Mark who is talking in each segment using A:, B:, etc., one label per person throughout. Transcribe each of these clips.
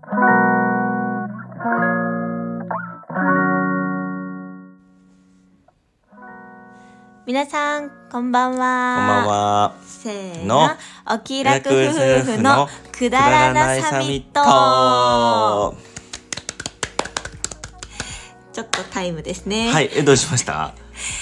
A: 皆さんこんばんは。
B: こんばんは。
A: せーの、お気楽夫婦のくだらないサミット。ちょっとタイムですね。
B: はい、どうしました？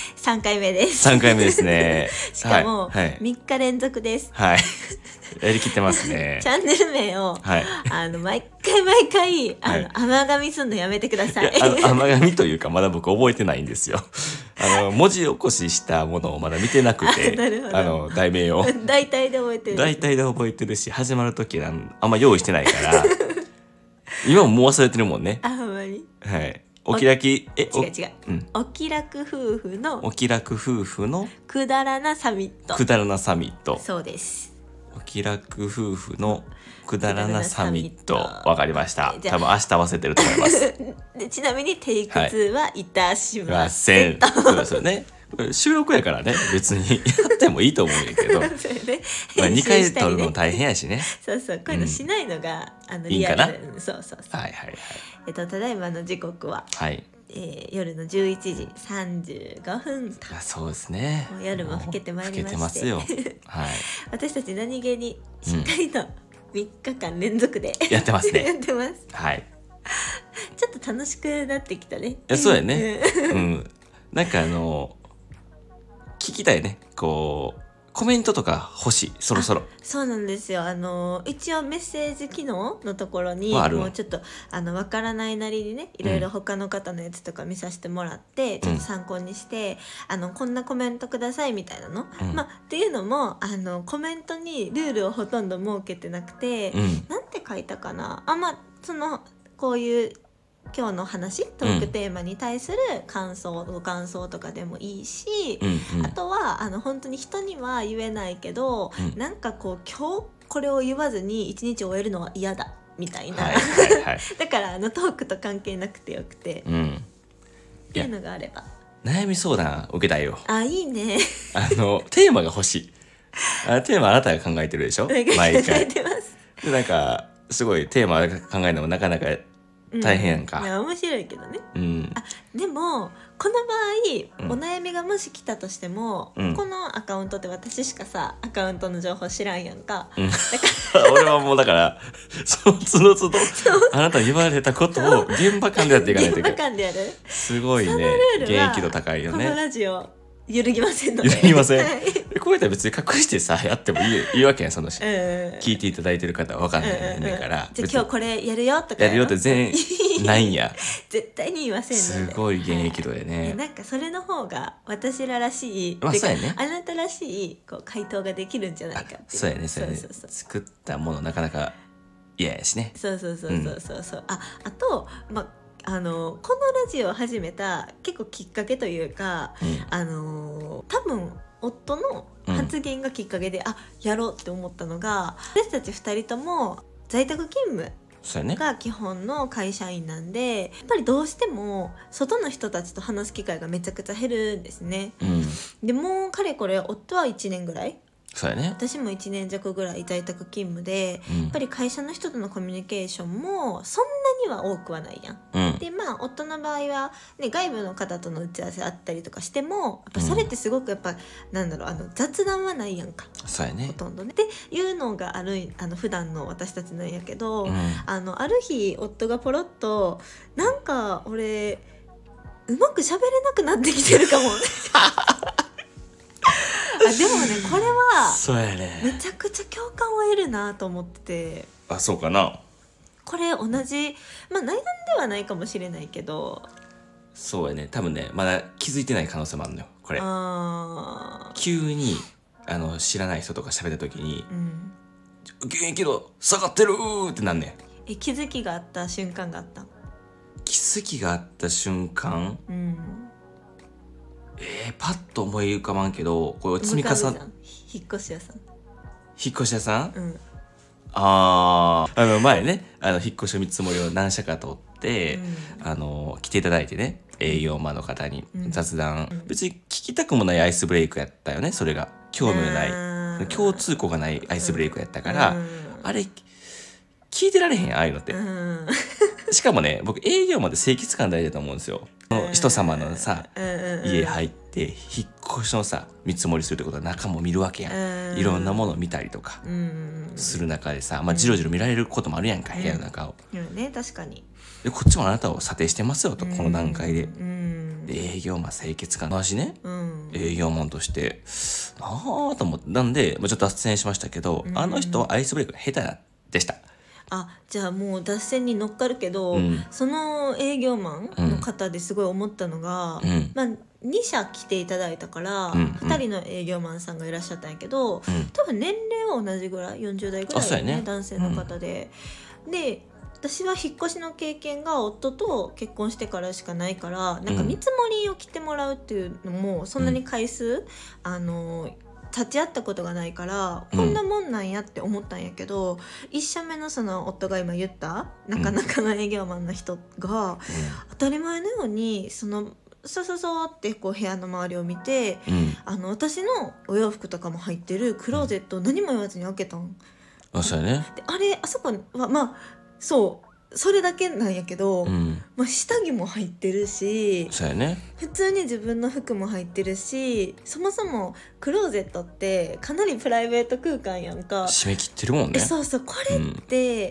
A: 3回目です。
B: 3回目ですね。
A: しかも、
B: はい、
A: 3日連続です。
B: はい。やりきってますね。
A: チャンネル名を、
B: はい、
A: 毎回甘噛みすんのやめてください。
B: 甘噛みというかまだ僕覚えてないんですよ。文字起こししたものをまだ見てなくて、
A: なるほど。
B: 題名を
A: 大体で覚えてる。
B: 大体で覚えてるし、始まる時あんま用意してないから今もう忘れてるもんね。
A: あ、ほんまに。
B: はい。お気楽
A: 違う、うん、お気楽夫婦のくだらなサミット。
B: くだらなサミット。
A: そうです。
B: お気楽夫婦のくだらなサミット。わかりました。多分明日合わせてると思います
A: でちなみにテイク2はいたしま
B: せん。そうですよね。収録やからね、別にやってもいいと思うんやけど、2回撮るの大変やしね。
A: そうそう、こういうのしないのが、
B: いいかな。
A: そう。
B: はいはいはい。
A: ただいまの時刻は、はい、夜の11時35分と。
B: そうですね。
A: もう夜も更けてまいりまして。
B: 更けてますよ。はい。
A: 私たち何気にしっかりと3日間連続で、
B: やってますね。
A: やってます。
B: はい。
A: ちょっと楽しくなってきたね。
B: そうやね。うん。なんか聞きたいね。こうコメントとか欲しい、そろそろ。
A: そうなんですよ。一応メッセージ機能のところにもうちょっとわからないなりにね、いろいろ他の方のやつとか見させてもらって、ちょっと参考にして、こんなコメントくださいみたいなの、っていうのもコメントにルールをほとんど設けてなくて、なんて書いたかな、こういう今日の話、トークテーマに対するご感想とかでもいいし、あとは本当に人には言えないけど、なんかこう今日これを言わずに一日終えるのは嫌だみたいな、だからトークと関係なくてよくて、っていうのがあれば
B: 悩み相談受けたいよ。
A: いいね。
B: テーマが欲しい。テーマあなたが考えてるでしょ、毎回。考えてます。でなんかすごいテーマ考えるのもなかなか大変やんか。
A: 面白いけどね。でもこの場合、お悩みがもし来たとしても、このアカウントって私しかさアカウントの情報知らんやんか。
B: だから俺はもうだからその都度都度あなたに言われたことを現場感でやっていかないといけない。
A: 現場感でやる。
B: すごいね。現役度高いよね。
A: このラジオ揺るぎませんので。
B: 揺るぎません。こうやったら別に隠してさやってもいいわけやん。聞いていただいてる方は分かんないねから。
A: じゃあ今日これやるよとか
B: やるよって全然ないんや。
A: 絶対に言いませんので。
B: すごい現役度やね。
A: なんかそれの方が私らしい、
B: そうやね、
A: あなたらしい回答ができるんじゃないかっていう。
B: そうやね。作ったものなかなか嫌やしね。
A: そう。あとこのラジオを始めた結構きっかけというか、多分夫の発言がきっかけで、やろうって思ったのが、私たち2人とも在宅勤務が基本の会社員なんで、やっぱりどうしても外の人たちと話す機会がめちゃくちゃ減るんですね。でもうかれこれ夫は1年ぐらい、
B: そうやね、
A: 私も1年弱ぐらい在宅勤務で、やっぱり会社の人とのコミュニケーションもそんなには多くはないやん。で夫の場合は、ね、外部の方との打ち合わせあったりとかしても、やっぱそれってすごくやっぱ、雑談はないやんか。
B: そうやね、
A: ほとんどね。っていうのが普段の私たちなんやけど、ある日夫がポロッとなんか俺うまく喋れなくなってきてるかもでもね、これは
B: そうやね、
A: めちゃくちゃ共感を得るなと思ってて。
B: そうかな。
A: これ同じ、悩んではないかもしれないけど、
B: そうやね、多分ねまだ気づいてない可能性もあるのよこれ。急に知らない人とか喋った時に、現役度下がってるってなんねん。
A: 気づきがあった瞬間があった。
B: 気づきがあった瞬間、パッと思い浮かばんけど、これ積み重ね、
A: 引っ越し屋さん。
B: 引っ越し屋さん、前ね引っ越し見積もりを何社か取って、来ていただいてね、営業マンの方に雑談、別に聞きたくもないアイスブレイクやったよね。それが興味のない、共通項がないアイスブレイクやったから、あれ聞いてられへん、ああいうのって。 しかもね、僕営業まで清潔感大事だと思うんですよ。人様のさ、家入って引っ越しのさ見積もりするってことは中も見るわけやん。いろんなものを見たりとかする中でさ、まあじろじろ見られることもあるやんか、部屋の中を。
A: ね、確かに。
B: でこっちもあなたを査定してますよと、この段階で。で営業マン清潔感なしね、営業マンとしてなあと思って、なんでちょっと脱線しましたけど、あの人はアイスブレイクが下手でした。
A: じゃあもう脱線に乗っかるけど、その営業マンの方ですごい思ったのが、まあ2社来ていただいたから、2人の営業マンさんがいらっしゃったんやけど、多分年齢は同じぐらい、40代ぐらいだね、男性の方で、で私は引っ越しの経験が夫と結婚してからしかないから、なんか見積もりを来てもらうっていうのもそんなに回数、立ち会ったことがないから、こんなもんなんやって思ったんやけど、1社目のその夫が今言ったなかなかの営業マンの人が、当たり前のようにそうってこう部屋の周りを見て、私のお洋服とかも入ってるクローゼットを何も言わずに開けたん。
B: そうやね。
A: であそこはまあそれだけなんやけど、まあ、下着も入ってるし、
B: そうやね、
A: 普通に自分の服も入ってるし、そもそもクローゼットってかなりプライベート空間やんか。
B: 締め切ってるもんね。
A: そうこれって、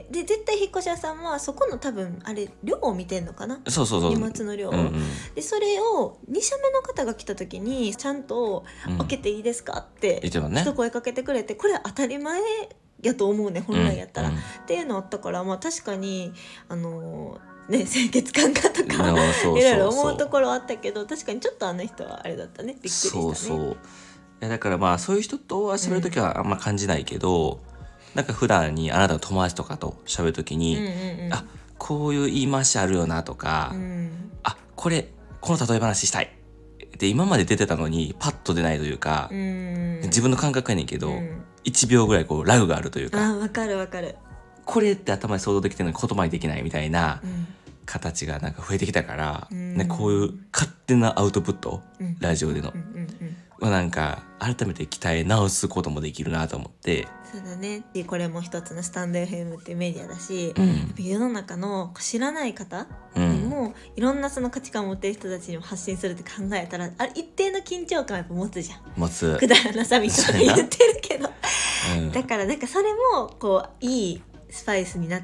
A: で絶対引っ越し屋さんはそこの多分あれ量を見てんのかな。荷物の量、でそれを2社目の方が来た時にちゃんと「開けていいですか?」って一声かけてくれて、これ当たり前やと思うね、本来やったら、っていうのあったから、まあ確かに清潔感がとかいろいろ思うところあったけど、確かにちょっとあの人はあれだったね、びっくりしたね。い
B: やだからまあそういう人と喋るときはあんま感じないけど、なんか普段にあなたの友達とかと喋るときに、こういう言い回しあるよなとか、この例え話したいで今まで出てたのにパッと出ないというか、自分の感覚やねんけど、1秒ぐらいこうラグがあるというか、
A: わかる
B: これって頭で想像できてるのに言葉にできないみたいな形がなんか増えてきたから、こういう勝手なアウトプット、ラジオでの、なんか改めて鍛え直すこともできるなと思って。
A: そうだね。でこれも一つのスタンド FM っていうメディアだし、世の中の知らない方にも、いろんなその価値観を持ってる人たちにも発信するって考えたら、あれ一定の緊張感やっぱ持つじゃん。
B: 持つ。
A: くだらなさみたいに言ってるけど、だからなんかそれもこういいスパイスになって、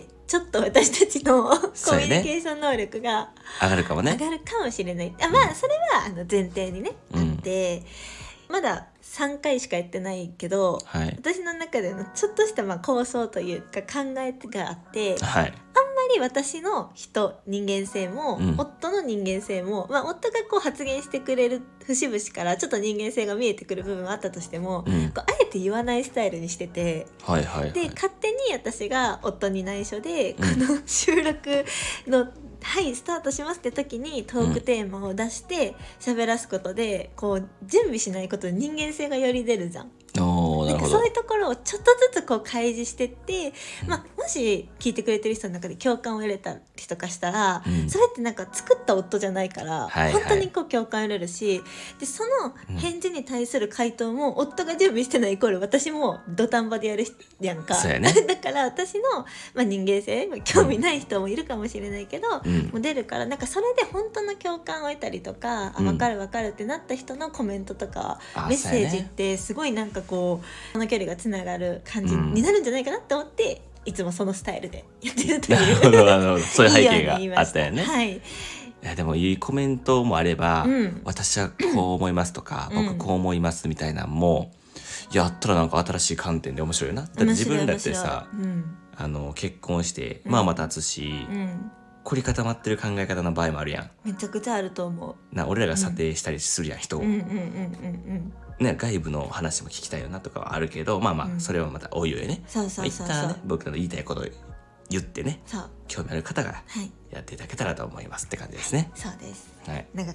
A: ちょっと私たちのコミュニケーション能力が
B: 上がるかもね。
A: 上がるかもしれない。まあそれは前提にね、あって、まだ3回しかやってないけど、私の中でのちょっとした構想というか考えがあって、あんまり私の人間性も、夫の人間性も、夫がこう発言してくれる節々からちょっと人間性が見えてくる部分はあったとしても、こうあえて言わないスタイルにしてて、で勝手に私が夫に内緒でこの収録のスタートしますって時にトークテーマを出して喋らすことで、こう準備しないことで人間性がより出るじゃん。なんかそういうところをちょっとずつこう開示してって、もし聞いてくれてる人の中で共感を得れたりとかしたら、それってなんか作った夫じゃないから、本当にこう共感を得れるし、でその返事に対する回答も夫が準備してないイコール私も土壇場でやるやんか。だから私の、人間性、興味ない人もいるかもしれないけど、もう出るから、なんかそれで本当の共感を得たりとか、分かる分かるってなった人のコメントとかメッセージってすごいなんかこうその距離がつながる感じになるんじゃないかなって思って、いつもそのスタイルでやってるという
B: なるほどそういう背景があったよね。
A: い
B: やでもいいコメントもあれば、私はこう思いますとか、僕こう思いますみたいなのもやったらなんか新しい観点で面白いな。だって自分だってさ、結婚してまあ経つし、凝り固まってる考え方の場合もあるやん。
A: めちゃくちゃあると思う。
B: 俺らが査定したりするやん、人を。外部の話も聞きたいよなとかはあるけど、それはまたおいおいね。一旦ね、僕の言いたいことを言ってね、興味ある方がやっていただけたらと思いますって感じですね。
A: そうです。長くなりました。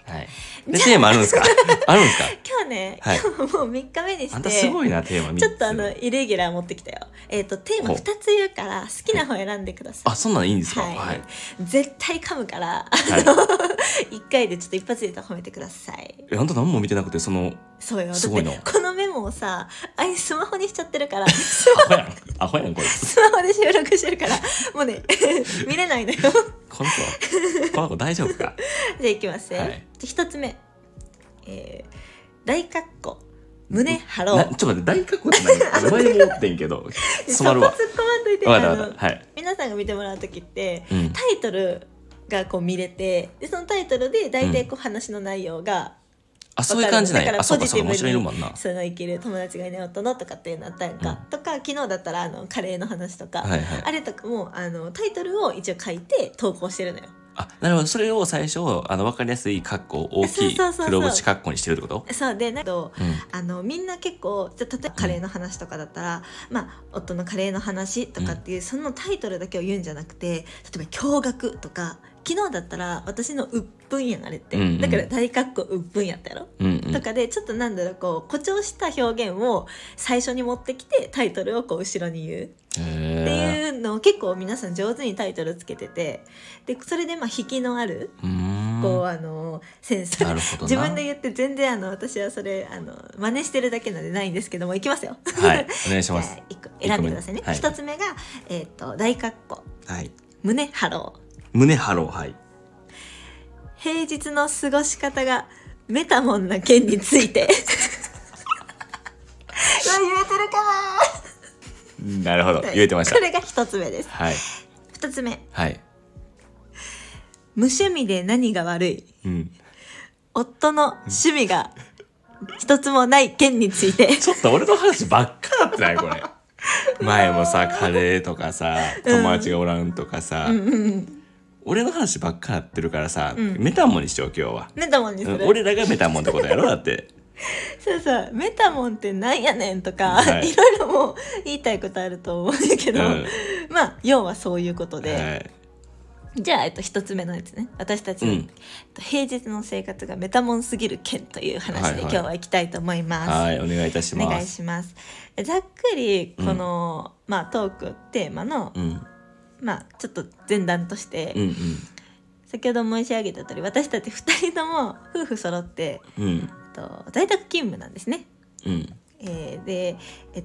B: はい。で、テーマあるんですか？あるんですか？
A: 今日ね、
B: はい、
A: 今日もう3日目にして、
B: あんたすごいな、テーマ3つ。
A: ちょっとイレギュラー持ってきたよ。テーマ2つ言うから好きな方選んでください。
B: あ、そんなのいいんですか？
A: はい。
B: はい、
A: 絶対噛むから、1回でちょっと一発で褒めてください。
B: あんた何も見てなくて、
A: そうよ。
B: すごいの。
A: だってこのメモをさ、スマホにしちゃってるから。
B: アホやんこれ。
A: スマホで収録してるから、もうね、見れないのよ。
B: この子大丈夫か？
A: じゃあいきますね。はい、1つ目。大括弧胸張ろう。
B: ちょっと待って、大括弧って何？前も思ってんけど
A: そこ突っ込まんといて。
B: はい、
A: 皆さんが見てもらう時って、タイトルがこう見れて、でそのタイトルで大体こう話の内容が、
B: そういう感じなんや。
A: だからポジティブに
B: 生
A: きる友達がいない夫のとかっていうのあったんか、とか昨日だったらカレーの話とか、あれとかもタイトルを一応書いて投稿してるのよ。
B: なるほど。それを最初分かりやすい括弧、大きい黒縁括弧にしてるってこと？
A: そうで、なんかみんな結構例えばカレーの話とかだったら、夫のカレーの話とかっていう、そのタイトルだけを言うんじゃなくて、例えば驚愕とか、昨日だったら私の鬱憤やんあれって、だから大括弧鬱憤やったやろ、とかでちょっとこう誇張した表現を最初に持ってきてタイトルをこう後ろに言うっていうのを結構皆さん上手にタイトルつけてて、でそれで引きのあるこうセンス、自分で言って全然私はそれ真似してるだけなんでないんですけども、いきますよ。
B: はいお願いします。
A: 1個選んでくださいね。1つ目が大括弧胸張ろう。
B: 胸張ろう。はい。
A: 平日の過ごし方がメタモンな件について。言えてるか
B: な。なるほど、言えてました。
A: これが一つ目です。
B: はい。
A: 二つ目。
B: はい。
A: 無趣味で何が悪い？夫の趣味が一つもない件について。
B: ちょっと俺の話ばっかだってないこれ。前もさ、カレーとかさ、友達がおらんとかさ。俺の話ばっかなってるからさ、メタモンにしよう今日は。
A: メタモンにする。
B: 俺らがメタモンってことやろだって。
A: そうメタモンってなんやねんとか、いろいろもう言いたいことあると思うんだけど、要はそういうことで、じゃあ一つ目のやつね、私たち、平日の生活がメタモンすぎる件という話で今日は行きたいと思います。
B: はい、お願いいたします。
A: お願いします。ざっくりこの、トークテーマの、ちょっと前段として、先ほど申し上げた通り、私たち2人とも夫婦揃って、在宅勤務なんですね。で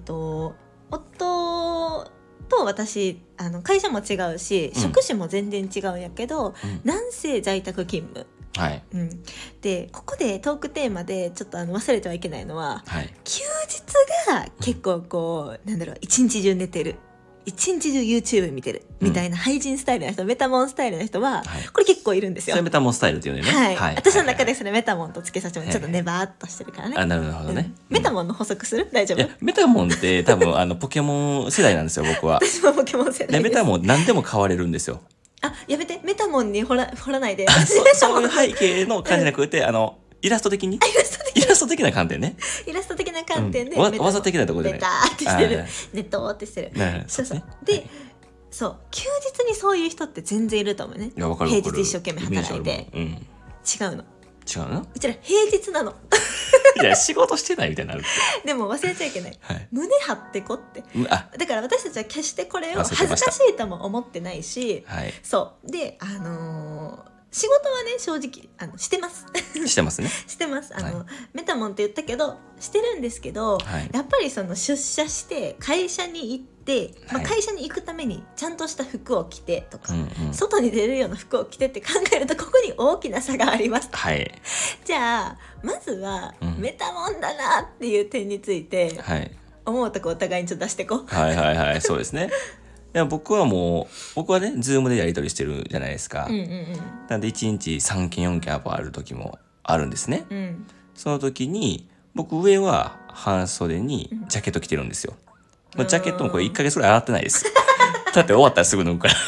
A: 夫と私会社も違うし、職種も全然違うんやけど、なんせ在宅勤務。でここでトークテーマでちょっと忘れてはいけないのは、休日が結構こう一日中寝てる、一日中 YouTube 見てるみたいな廃人スタイルの人、メタモンスタイルの人は、これ結構いるんですよ。
B: それメタモンスタイルっていうね。
A: 私の中でそれメタモンとつけさせてもらって、ちょっとネバーっとしてるからね。
B: なるほどね。
A: メタモンの補足する？大丈夫？
B: いや、メタモンって多分ポケモン世代なんですよ僕は。
A: 私もポケモン世代です。
B: メタモン何でも変われるんですよ。
A: やめて、メタモンに掘らないで。
B: そういう背景の感じじゃなくて、イラスト的に、イラスト的な観点ね。
A: イラスト的な観点で、
B: わざ的なところじゃない。
A: ネターってしてる、ネットーってしてる。で、休日にそういう人って全然いると思うね。平日一生懸命働いて。違うの。うちら平日なの。
B: いや、仕事してないみたいになるって。
A: でも忘れちゃいけない、胸張ってこって。だから私たちは決してこれを恥ずかしいとも思ってないし、そうで仕事はね、正直してます。
B: してますね。
A: してます。メタモンって言ったけどしてるんですけど、やっぱり出社して会社に行って、会社に行くためにちゃんとした服を着てとか、外に出るような服を着てって考えると、ここに大きな差があります。じゃあまずは、メタモンだなっていう点について、思うとこお互いにちょっと出していこう。
B: そうですね。いや僕はね、ズームでやり取りしてるじゃないですか。なんで1日3件4件アポある時もあるんですね。その時に僕上は半袖にジャケット着てるんですよ。ジャケットもこれ1ヶ月ぐらい洗ってないです。だって終わったらすぐ脱ぐから。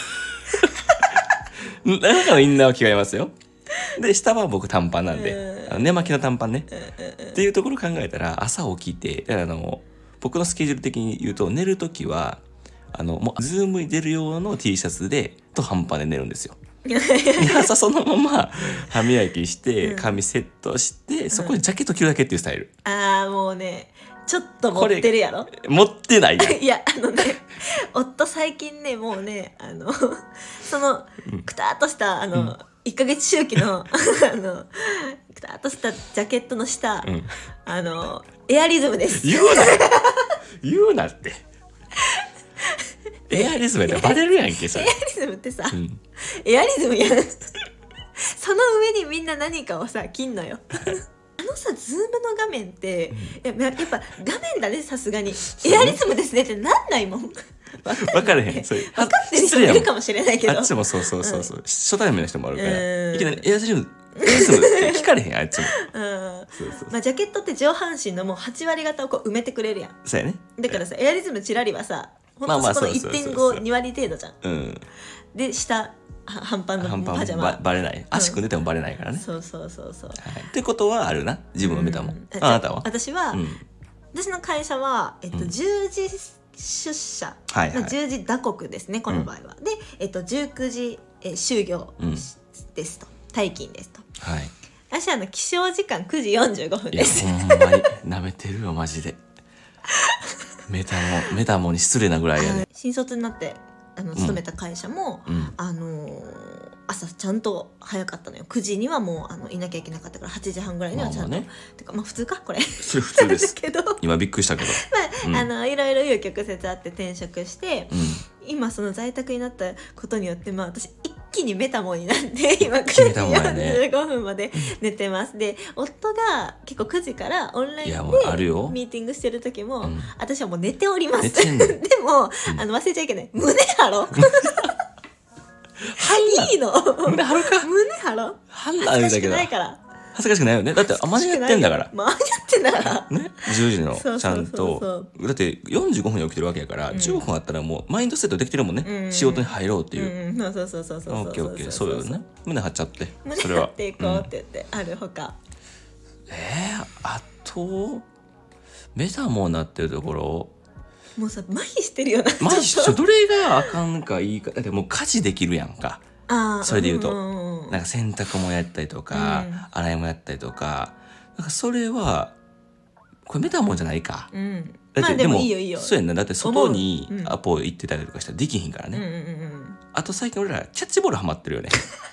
B: 中のインナーを着替えますよ。で下は僕短パンなんで、寝巻きの短パンね。っていうところを考えたら、朝起きて僕のスケジュール的に言うと、寝る時はもうズームに出る用の T シャツと半パンで寝るんですよ。 朝そのまま歯磨きして髪セットして、そこでジャケット着るだけっていうスタイル。
A: ああもうねちょっと持ってるやろ。
B: 持ってないやん。
A: いや夫最近ねもうねそのくたっとした1ヶ月周期のくたっとしたジャケットの下、エアリズムです。
B: 言うなってエアリズムってバレるやんけそれ。
A: エアリズムってさ、エアリズムやんその上にみんな何かをさ着んのよさズームの画面って、やっぱ画面だねさすがにエアリズムですねってなんないもん
B: 分かれへん。それ
A: 分かってる人もいるかもしれないけど、
B: あっちもそう、初対面の人もあるからいきなりエアリズムって聞かれへんあいつも。
A: まあジャケットって上半身のもう8割方をこう埋めてくれるやん。
B: そうやね。
A: だからさエアリズムチラリはさほんとそこの 1.5、2割程度じゃん。で下半端のパジャマ
B: バレない。足組んでてもバレないからね。
A: そう、
B: ってことはあるな自分のメタも。あなたは？
A: 私は、私の会社は10時出社、10時打刻ですねこの場合は。で19時就業ですと、退勤ですと。私起床時間9時45分です。
B: いやほんまになめてるよマジでメタモに失礼なぐらいやね。
A: 新卒になって勤めた会社も、朝ちゃんと早かったのよ。9時にはもういなきゃいけなかったから8時半ぐらいにはちゃんと、てか普通かこれ
B: それ普通です
A: けど
B: 今びっくりしたけど、
A: いろいろ紆余曲折あって転職して、今その在宅になったことによって私一気にメタモンになって今9時45分まで寝てます。で夫が結構9時からオンラインでミーティングしてる時も、私はもう寝ております。でも忘れちゃいけない、胸張ろいいの
B: 胸張るか。
A: 胸張ろ
B: 恥ずかしくないから。恥ずかしくないよね。だって間に合ってんだから。
A: 間に合ってんだから
B: ね、10時のちゃんとだって45分に起きてるわけやから15分あったらもうマインドセットできてるもんね。仕事に入ろうっていう。
A: そう
B: オッケーそうよね。胸張っちゃって
A: 胸張っていこうって言ってあるほか。
B: あとメタモンなってるところ
A: もうさ麻痺してるよな。
B: 麻痺してどれがあかんかいいか。だってもう家事できるやんか。それで言うとなんか洗濯もやったりとか、洗いもやったりとか、なんかそれはこれメタモンじゃないか。だってでもいいよ。そうやんな。だって外にアポ行ってたりとかしたらできひんからね。あと最近俺らキャッチボールハマってるよね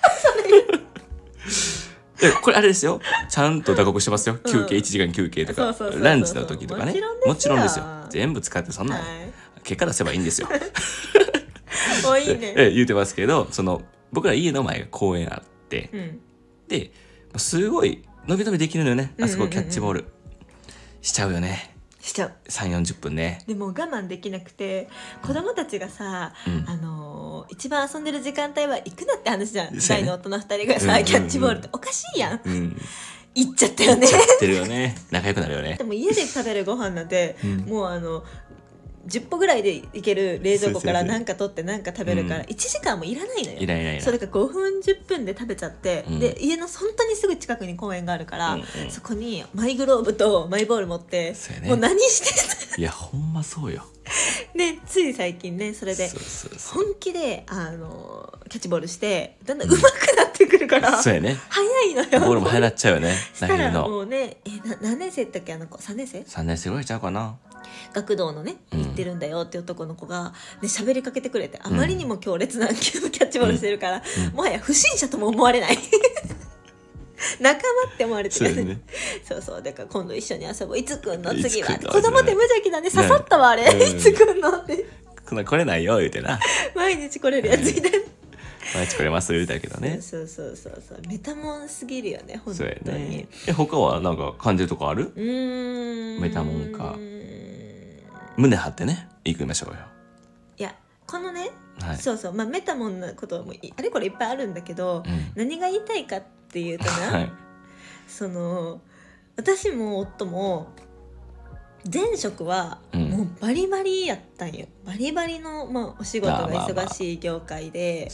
B: これあれですよ、ちゃんと打刻してますよ。休憩1時間休憩とかランチの時とかね。もちろんですよ。全部使ってそんな結果出せばいいんですよ
A: いいね
B: 言うてますけど、その僕ら家の前が公園あって、ですごい伸び伸びできるのよね。あそこキャッチボールしちゃうよね。
A: しちゃう。
B: 3、40分ね。で
A: も我慢できなくて、子供たちがさ、一番遊んでる時間帯は行くなって話じゃん。大の大人2人がさ、キャッチボールっておかしいやん。行っちゃったよね。
B: 行っちゃってるよね。仲良くなるよね。
A: でも家で食べるご飯なんて、もう10歩ぐらいでいける冷蔵庫から何か取って何か食べるから1時間もいらないのよ。
B: いらない。
A: それから5分10分で食べちゃって、で家の本当にすぐ近くに公園があるから、そこにマイグローブとマイボール持って、もう何してんの。
B: いやほんまそうよ。
A: でつい最近ねそれで本気でキャッチボールしてだんだん上手くなってくるから、
B: そうやね。
A: 早いのよ。
B: ボールも早なっちゃうよね。
A: したらもうね何年生だっけ3年生
B: 3年生ぐらいちゃうかな。
A: 学童のね行ってるんだよって男の子が、ね、喋りかけてくれて、あまりにも強烈なキャッチボールしてるから、もはや不審者とも思われない仲間って思われてるね。そうだから今度一緒に遊ぼう。いつくんの次は子供って無邪気だね。刺さったわあれ、いつくんのって
B: 来れないよ言うてな
A: 毎日来れるやついて
B: 毎日来れます言うたけどね。
A: そうメタモンすぎるよね本当に。
B: 他はなんか感じるとこある？メタモンか胸張ってね行きましょうよ。いや
A: このね、メタモンのこともあれこれいっぱいあるんだけど、何が言いたいかっていうとな、その私も夫も前職はもうバリバリやったんよ。バリバリの、お仕事が忙しい業界で、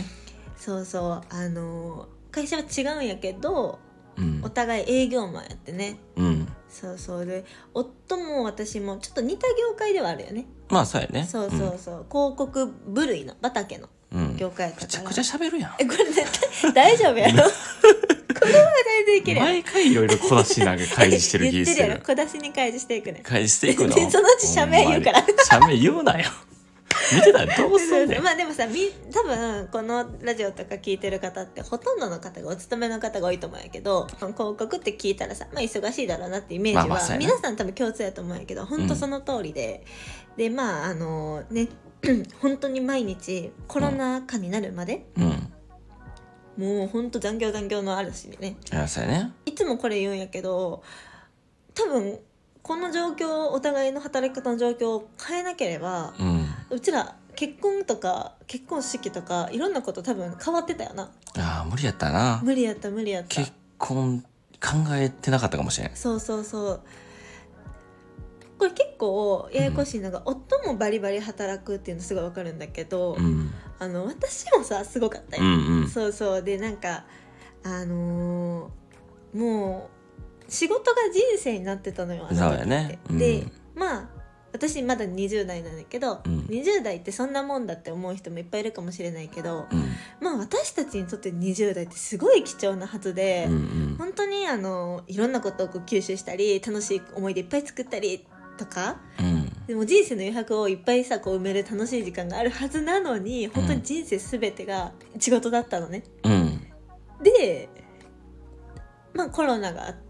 A: 会社は違うんやけど、お互い営業マンやってね。で夫も私もちょっと似た業界ではあるよね。
B: まあそうやね。
A: 広告部類の畑の業界やったから、
B: めちゃくちゃ喋るやん。
A: これ絶対大丈夫やろこの話題でいけるやん。
B: 毎回いろいろ小出しなんか開示してる気する。
A: 言ってるやろ、小出しに開示していくね。
B: 開示していくの。
A: そのうち社名言うから。
B: 社名言うなよ。見てたらどうすんねん。
A: まあでもさ、多分このラジオとか聞いてる方ってほとんどの方がお勤めの方が多いと思うんやけど、広告って聞いたらさ、まあ忙しいだろうなってイメージは皆さん多分共通やと思うんやけど、本当その通りで、でまあね本当に毎日コロナ禍になるまで、もう本当残業の嵐にね。
B: そうやね。
A: いつもこれ言うんやけど、多分この状況、お互いの働き方の状況を変えなければ、うちら結婚とか結婚式とかいろんなこと多分変わってたよな。
B: 無理やったな。
A: 無理やった。
B: 結婚考えてなかったかもしれん。
A: そうこれ結構ややこしいのが、夫もバリバリ働くっていうのすごいわかるんだけど、私もさすごかったよ、そうでなんかもう仕事が人生になってたのよ、あの時って。そうやね、でまあ私まだ20代なんだけど、20代ってそんなもんだって思う人もいっぱいいるかもしれないけど、まあ私たちにとって20代ってすごい貴重なはずで、本当にいろんなことをこう吸収したり楽しい思い出いっぱい作ったりとか、でも人生の余白をいっぱいさこう埋める楽しい時間があるはずなのに、本当に人生すべてが仕事だったのね、でまあコロナがあって、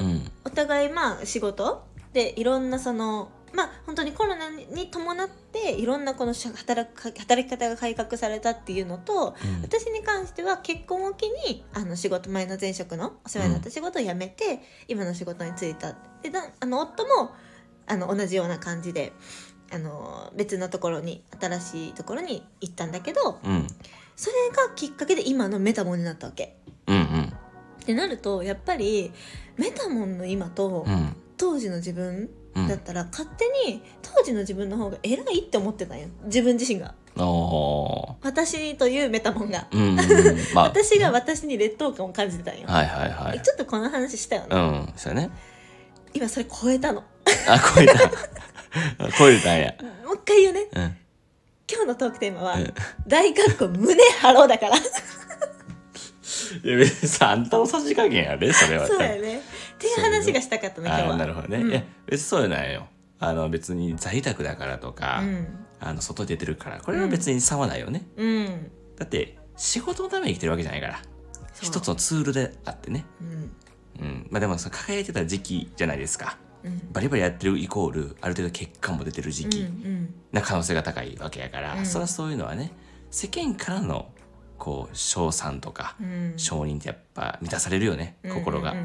A: お互いまあ仕事でいろんなそのまあ本当にコロナに伴っていろんなこの働き方が改革されたっていうのと、私に関しては結婚を機に仕事、前の前職のお世話になった仕事を辞めて、今の仕事に就いた。で夫も同じような感じで別のところに新しいところに行ったんだけど、それがきっかけで今のメタモンになったわけ、ってなるとやっぱりメタモンの今と、当時の自分だったら、勝手に当時の自分の方が偉いって思ってたんよ、自分自身が。私というメタモンが、私が私に劣等感を感じてたんよ。ちょっとこの話したよね。
B: そうね。
A: 今それ超えたの。
B: 超えた超えたんや。
A: もう一回言うね、今日のトークテーマは、大括弧胸張ろうだから。い
B: や別にさ、あんたのさじ加減やで、それは。
A: そうやねっていう話がしたかったの今日は。な
B: るほどね、いや別にそうなんよ。別に在宅だからとか、外出てるから、これは別に差はないよね、だって仕事のために生きてるわけじゃないから、一つのツールであってね。まあでもさ、輝いてた時期じゃないですか、バリバリやってるイコールある程度結果も出てる時期な可能性が高いわけやから、そりゃそういうのはね、世間からのこう称賛とか、承認ってやっぱ満たされるよね、心が。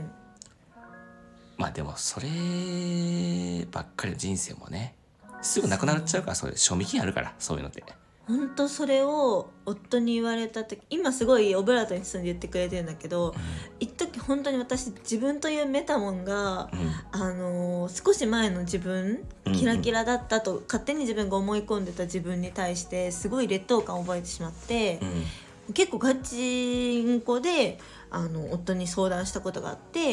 B: まあでもそればっかりの人生もね、すぐなくなっちゃうから、それ賞味期限あるから、そういうのって。
A: 本当それを夫に言われた時、今すごいオブラートに包んで言ってくれてるんだけど、一時本当に私自分というメタモンが、少し前の自分、キラキラだったと勝手に自分が思い込んでた自分に対してすごい劣等感を覚えてしまって、結構ガチンコで夫に相談したことがあって、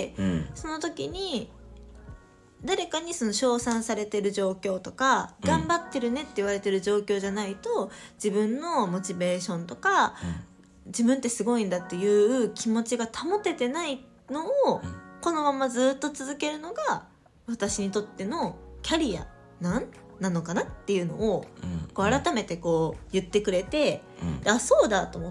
A: その時に誰かにその称賛されてる状況とか、頑張ってるねって言われてる状況じゃないと自分のモチベーションとか、自分ってすごいんだっていう気持ちが保ててないのを、このままずっと続けるのが私にとってのキャリアなのかなっていうのを、こう改めてこう言ってくれて、あ、そうだと思って、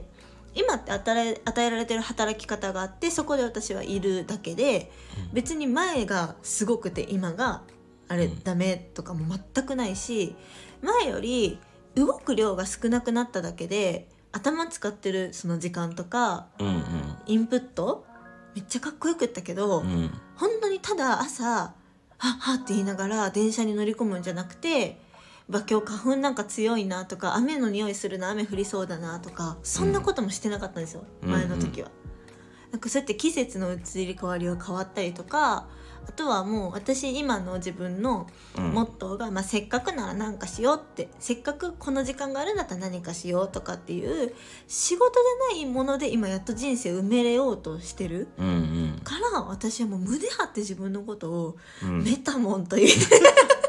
A: 今って与えられてる働き方があって、そこで私はいるだけで、別に前がすごくて今があれダメとかも全くないし、前より動く量が少なくなっただけで頭使ってるその時間とか、インプットめっちゃかっこよく言ったけど、本当にただ朝はっって言いながら電車に乗り込むんじゃなくて、今日花粉なんか強いなとか、雨の匂いするな、雨降りそうだなとか、そんなこともしてなかったんですよ、前の時は。なんかそうやって季節の移り変わりが変わったりとか、あとはもう私今の自分のモットーが、せっかくなら何かしようって、せっかくこの時間があるんだったら何かしようとかっていう仕事じゃないもので今やっと人生を埋めれようとしてる、から私はもう胸張って自分のことをメタモンという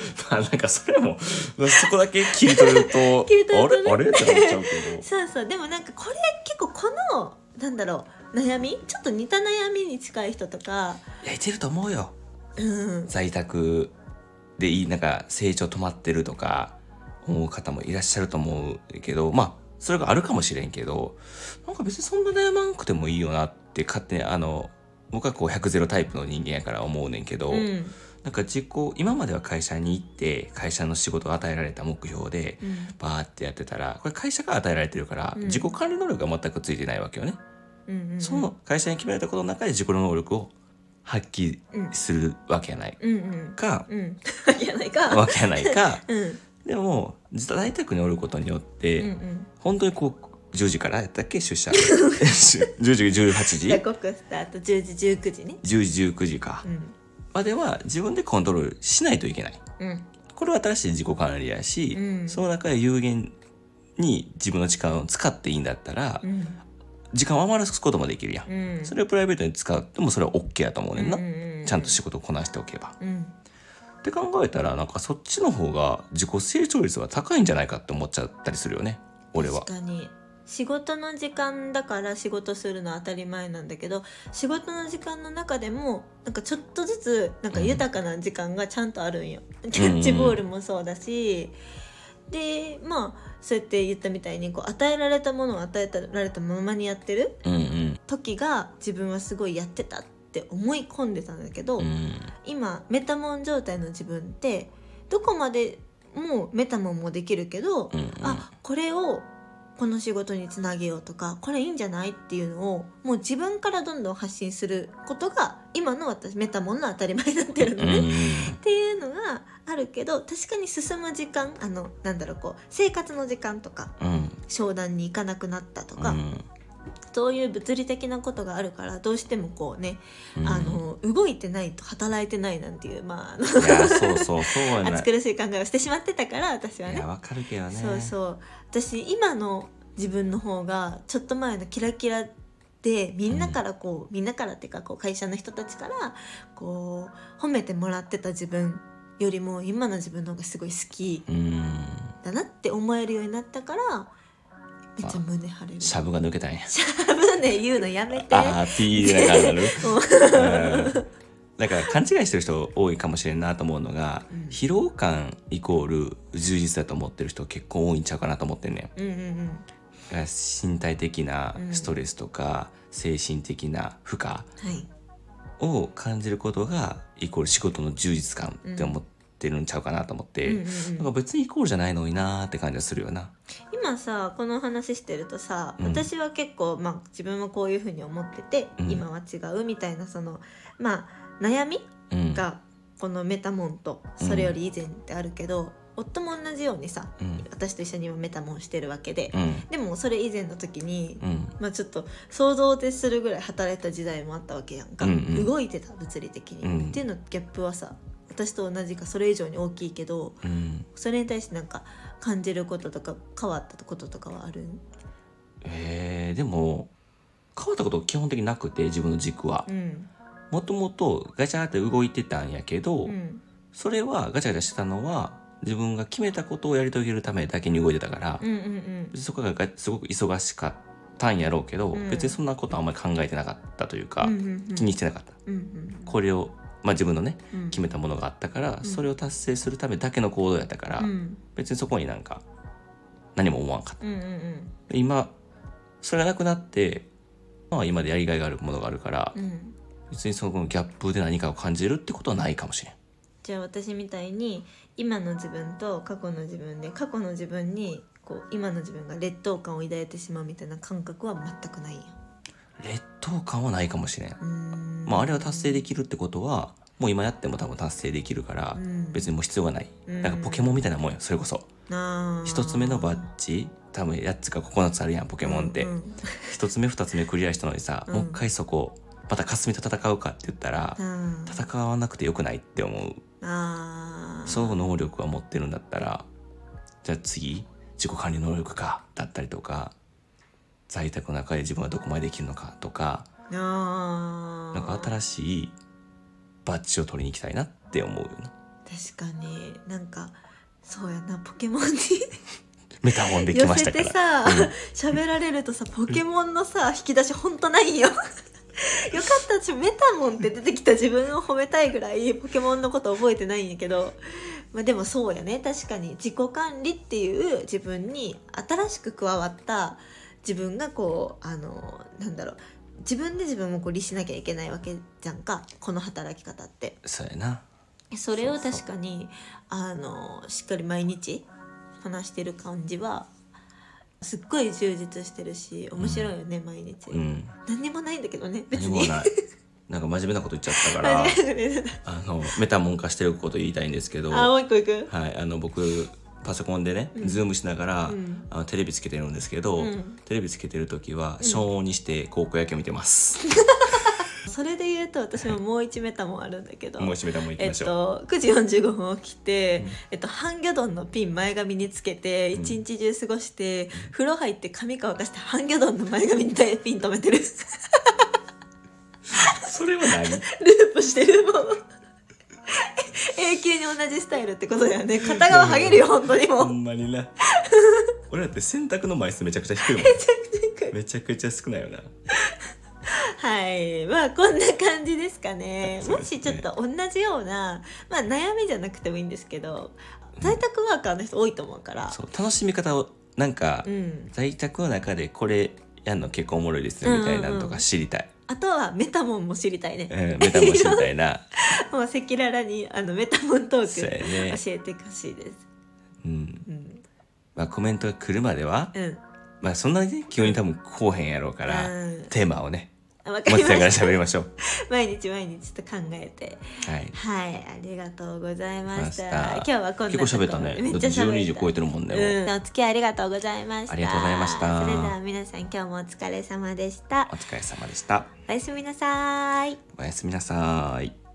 B: なんかそれもそこだけ切り取るとあれってなっちゃうけど
A: そうでもなんかこれ結構このなんだろう悩みちょっと似た悩みに近い人とか
B: いてると思うよ、在宅でなんか成長止まってるとか思う方もいらっしゃると思うけど、まあそれがあるかもしれんけど、なんか別にそんな悩まんくてもいいよなって勝手に僕はこう100ゼロタイプの人間やから思うねんけど、なんか今までは会社に行って会社の仕事が与えられた目標でバーってやってたら、これ会社が与えられてるから自己管理能力が全くついてないわけよね、その会社に決められたことの中で自己能力を発揮するわけやないか、わけやないか、でも在宅におることによって、本当にこう10時からやったっけ出社10時18時
A: 刻スタート10時19時ね
B: 10時19時か、までは自分でコントロールしないといけない、これは新しい自己管理やし、その中で有限に自分の時間を使っていいんだったら、時間を余らすこともできるやん、それをプライベートに使ってもそれは OK やと思うねんな、ちゃんと仕事をこなしておけば、って考えたらなんかそっちの方が自己成長率が高いんじゃないかって思っちゃったりするよね、俺は。
A: 確かに仕事の時間だから仕事するのは当たり前なんだけど、仕事の時間の中でもなんかちょっとずつなんか豊かな時間がちゃんとあるんよ、キャッチボールもそうだし、でまあそうやって言ったみたいにこう与えられたものを与えられたままにやってる時が自分はすごいやってたって思い込んでたんだけど、今メタモン状態の自分ってどこまでもメタモンもできるけど、あこれをこの仕事につなげようとかこれいいんじゃないっていうのをもう自分からどんどん発信することが今の私メタモンの当たり前になってるのね、っていうのがあるけど、確かに進む時間なんだろうこう生活の時間とか、商談に行かなくなったとか、そういう物理的なことがあるからどうしてもこうね、動いてないと働いてないなんていうまあ
B: いやそうやな
A: 暑苦しい考えをしてしまってたから私はね。
B: いやわかるけどね。
A: そう私今の自分の方がちょっと前のキラキラでみんなからみんなからっていうかこう会社の人たちからこう褒めてもらってた自分よりも今の自分の方がすごい好きだなって思えるようになったからめっちゃ胸張れる。
B: シャブが抜けたんや。
A: シャブね言うのやめて。
B: ピーでなるだから勘違いしてる人多いかもしれんなと思うのが、疲労感イコール充実だと思ってる人結構多いんちゃうかなと思ってんねん。身体的なストレスとか、精神的な負荷を感じることがイコール仕事の充実感って思ってるんちゃうかなと思って、なんか別にイコールじゃないのになーって感じがするよな。
A: 今さこの話してるとさ、私は結構、自分もこういうふうに思ってて、今は違うみたいなその悩みがこのメタモンとそれより以前ってあるけど、夫も同じようにさ、私と一緒に今メタモンしてるわけで、でもそれ以前の時に、ちょっと想像でするぐらい働いた時代もあったわけやんか、動いてた物理的に、っていうのギャップはさ私と同じかそれ以上に大きいけど、それに対してなんか感じることとか変わったこととかはある？
B: でも変わったこと基本的になくて、自分の軸はもともとガチャって動いてたんやけど、それはガチャガチャしてたのは自分が決めたことをやり遂げるためだけに動いてたから、そこがすごく忙しかったんやろうけど、別にそんなことはあんまり考えてなかったというか、気にしてなかった、これを自分のね、決めたものがあったから、それを達成するためだけの行動やったから、別にそこになんか何も思わんかった、今それがなくなって、今でやりがいがあるものがあるから、別にそのギャップで何かを感じるってことはないかもしれん。
A: じゃあ私みたいに今の自分と過去の自分で、過去の自分にこう今の自分が劣等感を抱いてしまうみたいな感覚は全くないよ。
B: 劣等感はないかもしれん。あれは達成できるってことはもう今やっても多分達成できるから、別にもう必要がない、なんかポケモンみたいなもんよ。それこそ一つ目のバッジ多分8つか9つあるやんポケモンって、一つ目二つ目クリアしたのにさ、もう一回そこまた霞と戦うかって言ったら、戦わなくてよくないって思う。その能力は持ってるんだったら、じゃあ次自己管理能力かだったりとか、在宅の中で自分はどこまでできるのかとか、なんか新しいバッジを取りに行きたいなって思うよな。
A: 確かになんかそうやな、ポケモンに
B: メタモンできましたから
A: 寄せてさ喋、られるとさポケモンのさ引き出しほんとないんよよかった私メタモンって出てきた自分を褒めたいぐらいポケモンのこと覚えてないんやけど、まあ、でもそうやね、確かに自己管理っていう自分に新しく加わった自分がこうなんだろう、自分で自分をこう律しなきゃいけないわけじゃんか、この働き方って。
B: そうやな。
A: それを確かにしっかり毎日話してる感じはすっごい充実してるし面白いよね、毎日、何にもないんだけどね別に。
B: 何もないなんか真面目なこと言っちゃったからメタモン化してること言いたいんですけど、
A: もう一個いく。
B: はい、僕パソコンでね、ズームしながら、テレビつけてるんですけど、テレビつけてる時は消音にして高校野球見てます、
A: それで言うと私ももう1メタモンあるんだけど
B: もう1メタモンいきましょ
A: う、9時45分起きて、ハンギョドンのピン前髪につけて一日中過ごして、風呂入って髪乾かしてハンギョドンの前髪にピン止めてる
B: それは何ルー
A: プしてるもん永久に同じスタイルってことだよね。片側ハゲるよ本当にもう。
B: ほんまにな俺だって洗濯の枚数めちゃくちゃ低いもんめちゃくちゃ少ないよな。
A: はい、まあこんな感じですかね。もしちょっと同じような、まあ、悩みじゃなくてもいいんですけど、在宅ワーカーの人多いと思うから、
B: そう楽しみ方をなんか、在宅の中でこれやんの結構おもろいですよみたいなのとか知りたい、
A: あとはメタモンも知りたいね、
B: メタモン知りたいな
A: もう赤裸々にメタモントーク教えてほしいです。
B: まあコメントが来るまでは、まあそんなにね急に多分こうへんやろうから、テーマをね
A: わかりました。
B: 持ちながら喋りましょう
A: 毎日ちょっと考えて、はい、ありがとうございました。今日はこんな
B: 結構喋ったね。
A: めっちゃ喋った。
B: 12時超えてるもんね、
A: お付き合いありがとうございました。
B: ありがとうございました。
A: それでは皆さん今日もお疲れ様でした。
B: お疲れ様でした。
A: おやすみなさい。
B: おやすみなさい。